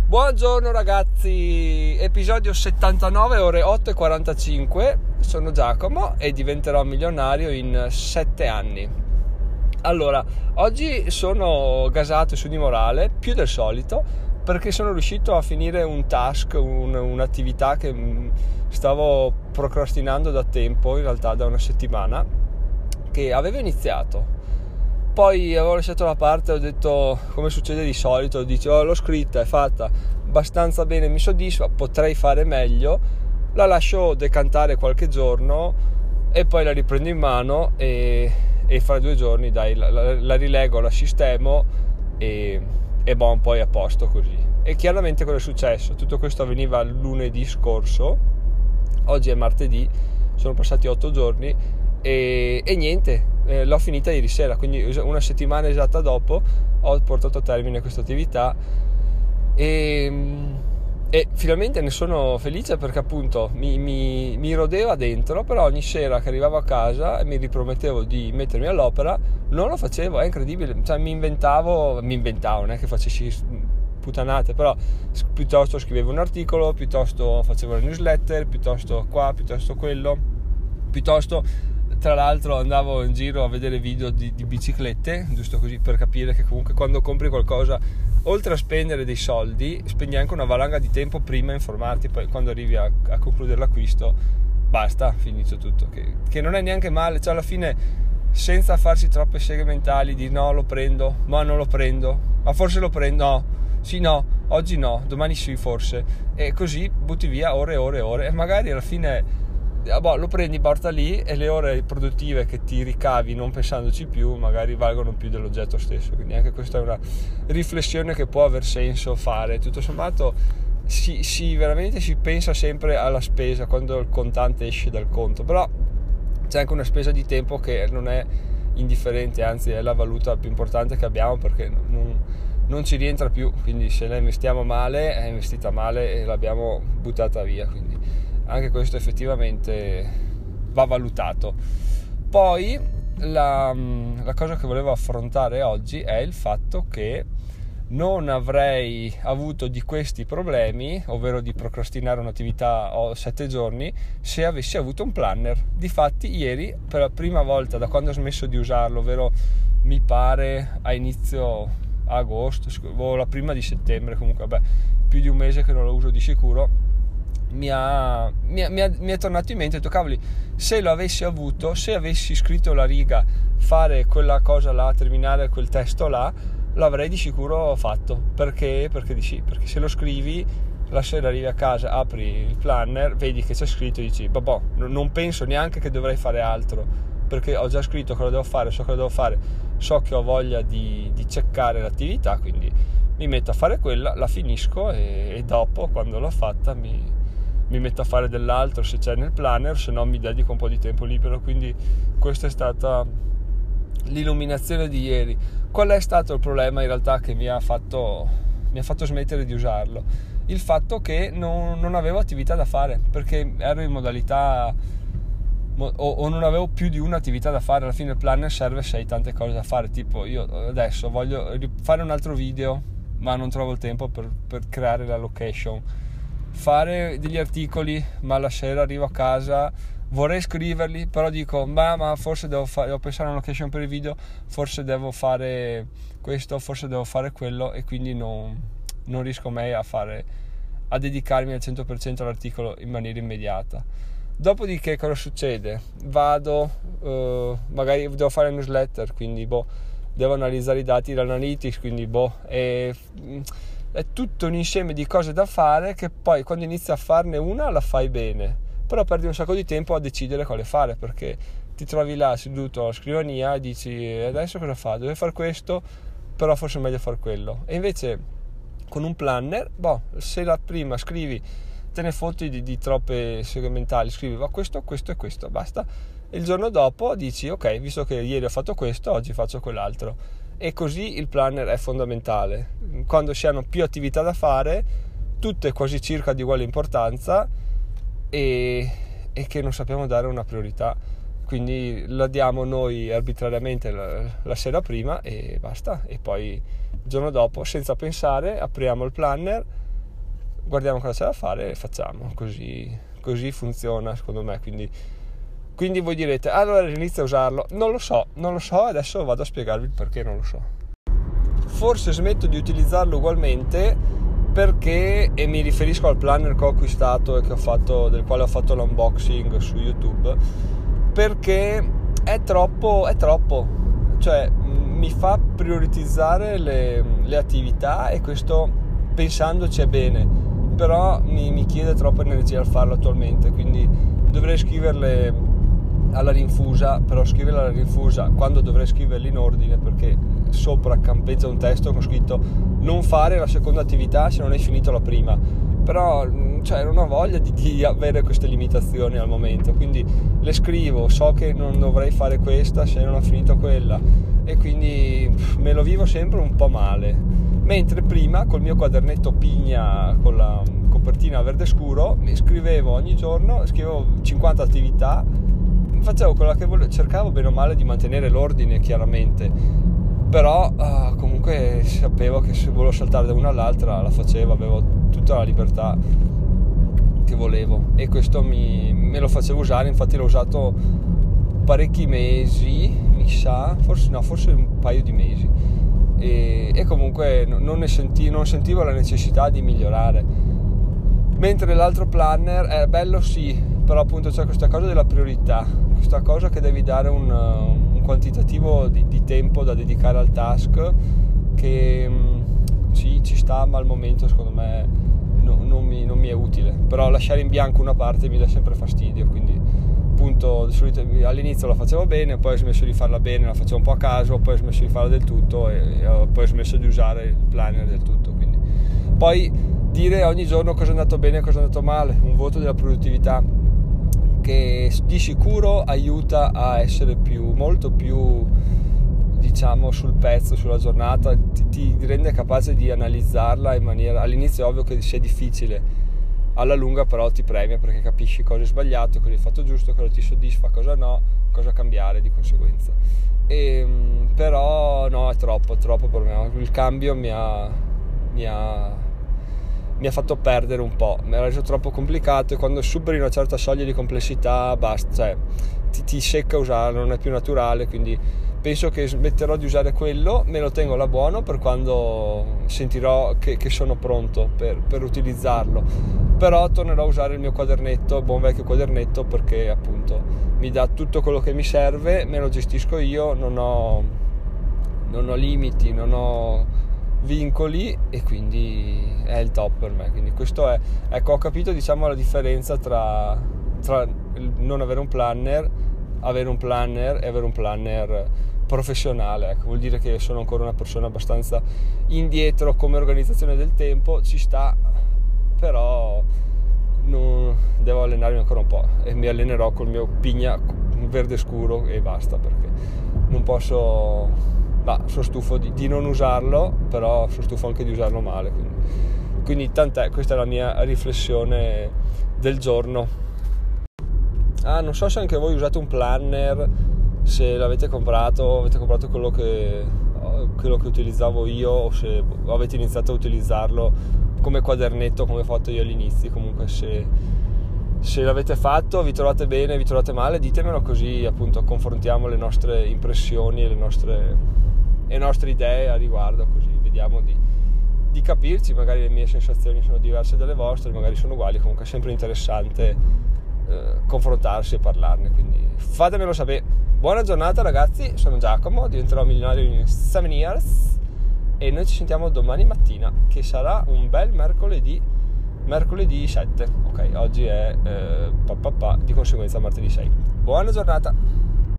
Buongiorno ragazzi, episodio 79, ore 8:45. Sono Giacomo e diventerò milionario in 7 anni. Allora, oggi sono gasato su di morale più del solito perché sono riuscito a finire un task, un'attività che stavo procrastinando da tempo, in realtà da una settimana, che avevo iniziato. Poi avevo lasciato da parte, ho detto, come succede di solito, l'ho scritta, è fatta abbastanza bene, mi soddisfa, potrei fare meglio, la lascio decantare qualche giorno e poi la riprendo in mano e fra 2 giorni la rilego, la sistemo e poi a posto così. E chiaramente cosa è successo? Tutto questo avveniva lunedì scorso, oggi è martedì, sono passati 8 giorni e niente. L'ho finita ieri sera, quindi una settimana esatta dopo ho portato a termine questa attività e finalmente ne sono felice perché appunto mi rodeva dentro, però ogni sera che arrivavo a casa e mi ripromettevo di mettermi all'opera non lo facevo, è incredibile, cioè mi inventavo, non è che facessi puttanate, però piuttosto scrivevo un articolo, piuttosto facevo la newsletter, piuttosto qua, piuttosto quello, piuttosto tra l'altro andavo in giro a vedere video di biciclette, giusto così per capire che comunque quando compri qualcosa, oltre a spendere dei soldi, spendi anche una valanga di tempo prima a informarti, poi quando arrivi a concludere l'acquisto basta, finito tutto, che non è neanche male, cioè alla fine senza farsi troppe seghe mentali di no lo prendo, ma non lo prendo, ma forse lo prendo, no, sì no, oggi no, domani sì forse, e così butti via ore e ore e ore e magari alla fine lo prendi, porta lì e le ore produttive che ti ricavi non pensandoci più magari valgono più dell'oggetto stesso, quindi anche questa è una riflessione che può aver senso fare. Tutto sommato veramente si pensa sempre alla spesa quando il contante esce dal conto, però c'è anche una spesa di tempo che non è indifferente, anzi è la valuta più importante che abbiamo perché non ci rientra più, quindi se la investiamo male è investita male e l'abbiamo buttata via, quindi anche questo effettivamente va valutato. Poi la cosa che volevo affrontare oggi è il fatto che non avrei avuto di questi problemi, ovvero di procrastinare un'attività 7 giorni, se avessi avuto un planner. Difatti ieri, per la prima volta da quando ho smesso di usarlo, ovvero mi pare a inizio agosto o la prima di settembre, comunque più di un mese che non lo uso di sicuro, mi è tornato in mente, ho detto cavoli, se lo avessi avuto, se avessi scritto la riga fare quella cosa là, terminare quel testo là, l'avrei di sicuro fatto. Perché di sì, perché se lo scrivi la sera arrivi a casa, apri il planner, vedi che c'è scritto e dici non penso neanche che dovrei fare altro perché ho già scritto cosa devo fare, so cosa devo fare, so che ho voglia di checkare l'attività, quindi mi metto a fare quella, la finisco e dopo quando l'ho fatta mi metto a fare dell'altro se c'è nel planner, se no mi dedico un po' di tempo libero. Quindi questa è stata l'illuminazione di ieri. Qual è stato il problema in realtà che mi ha fatto smettere di usarlo? Il fatto che non avevo attività da fare, perché ero in modalità o non avevo più di un'attività da fare. Alla fine il planner serve se hai tante cose da fare, tipo io adesso voglio fare un altro video ma non trovo il tempo per creare la location, fare degli articoli ma la sera arrivo a casa, vorrei scriverli però dico ma forse devo pensare a una location per il video, forse devo fare questo, forse devo fare quello, e quindi non riesco mai a dedicarmi al 100% all'articolo in maniera immediata. Dopodiché cosa succede? Vado, magari devo fare una newsletter, quindi devo analizzare i dati dall'analytics, quindi è tutto un insieme di cose da fare che poi quando inizi a farne una la fai bene, però perdi un sacco di tempo a decidere quale fare, perché ti trovi là seduto alla scrivania e dici adesso cosa fa? Devo fare questo, però forse è meglio fare quello. E invece con un planner, se la prima scrivi, te ne fotti di troppe seghe mentali, scrivi questo e questo, basta, e il giorno dopo dici ok, visto che ieri ho fatto questo, oggi faccio quell'altro. E così il planner è fondamentale quando si hanno più attività da fare, tutte quasi circa di uguale importanza, e che non sappiamo dare una priorità, quindi la diamo noi arbitrariamente la sera prima e basta, e poi il giorno dopo senza pensare apriamo il planner guardiamo cosa c'è da fare e facciamo, così funziona secondo me. Quindi voi direte, allora inizia a usarlo. Non lo so, adesso vado a spiegarvi il perché non lo so. Forse smetto di utilizzarlo ugualmente perché, e mi riferisco al planner che ho acquistato e del quale ho fatto l'unboxing su YouTube, perché è troppo, cioè mi fa prioritizzare le attività, e questo, pensandoci, è bene, però mi chiede troppa energia al farlo attualmente, quindi dovrei scriverle alla rinfusa, però scriverla alla rinfusa quando dovrei scriverli in ordine, perché sopra campeggia un testo con scritto non fare la seconda attività se non hai finito la prima, però cioè non ho voglia di avere queste limitazioni al momento, quindi le scrivo, so che non dovrei fare questa se non ho finito quella, e quindi me lo vivo sempre un po' male. Mentre prima col mio quadernetto pigna con la copertina verde scuro mi scrivevo ogni giorno, scrivevo 50 attività, facevo quella che cercavo bene o male di mantenere l'ordine, chiaramente, però comunque sapevo che se volevo saltare da una all'altra la facevo, avevo tutta la libertà che volevo, e questo me lo facevo usare. Infatti l'ho usato parecchi mesi, mi sa, forse un paio di mesi, e comunque non sentivo la necessità di migliorare. Mentre l'altro planner è bello, sì, però appunto c'è questa cosa della priorità, questa cosa che devi dare un quantitativo di tempo da dedicare al task, che sì, ci sta, ma al momento secondo me non mi è utile. Però lasciare in bianco una parte mi dà sempre fastidio, quindi appunto all'inizio la facevo bene, poi ho smesso di farla bene, la facevo un po' a caso, poi ho smesso di farla del tutto, e poi ho smesso di usare il planner del tutto. Quindi poi dire ogni giorno cosa è andato bene e cosa è andato male, un voto della produttività che di sicuro aiuta a essere molto più, diciamo, sul pezzo sulla giornata, ti rende capace di analizzarla in maniera, all'inizio è ovvio che sia difficile, alla lunga però ti premia perché capisci cosa hai sbagliato, cosa hai fatto giusto, cosa ti soddisfa, cosa no, cosa cambiare di conseguenza. Però no, è troppo per me, il cambio mi ha fatto perdere un po', mi ha reso troppo complicato, e quando superi una certa soglia di complessità basta, cioè ti secca usarlo, non è più naturale, quindi penso che smetterò di usare quello, me lo tengo là buono per quando sentirò che sono pronto per utilizzarlo, però tornerò a usare il mio quadernetto, buon vecchio quadernetto, perché appunto mi dà tutto quello che mi serve, me lo gestisco io, non ho limiti, non ho vincoli, e quindi è il top per me. Quindi questo è, ecco, ho capito, diciamo, la differenza tra non avere un planner, avere un planner e avere un planner professionale. Ecco, vuol dire che sono ancora una persona abbastanza indietro come organizzazione del tempo, ci sta, però devo allenarmi ancora un po', e mi allenerò col mio pigna verde scuro e basta, perché non posso. Sono stufo di non usarlo, però sono stufo anche di usarlo male, quindi tant'è. Questa è la mia riflessione del giorno. Non so se anche voi usate un planner, se l'avete comprato, avete comprato quello che utilizzavo io, o se avete iniziato a utilizzarlo come quadernetto come ho fatto io all'inizio. Comunque se l'avete fatto, vi trovate bene, vi trovate male, ditemelo, così appunto confrontiamo le nostre impressioni e le nostre idee a riguardo, così vediamo di capirci. Magari le mie sensazioni sono diverse dalle vostre, magari sono uguali, comunque è sempre interessante confrontarsi e parlarne, quindi fatemelo sapere. Buona giornata ragazzi, sono Giacomo, diventerò milionario in 7 years, e noi ci sentiamo domani mattina, che sarà un bel mercoledì 7, ok, oggi è di conseguenza martedì 6. Buona giornata.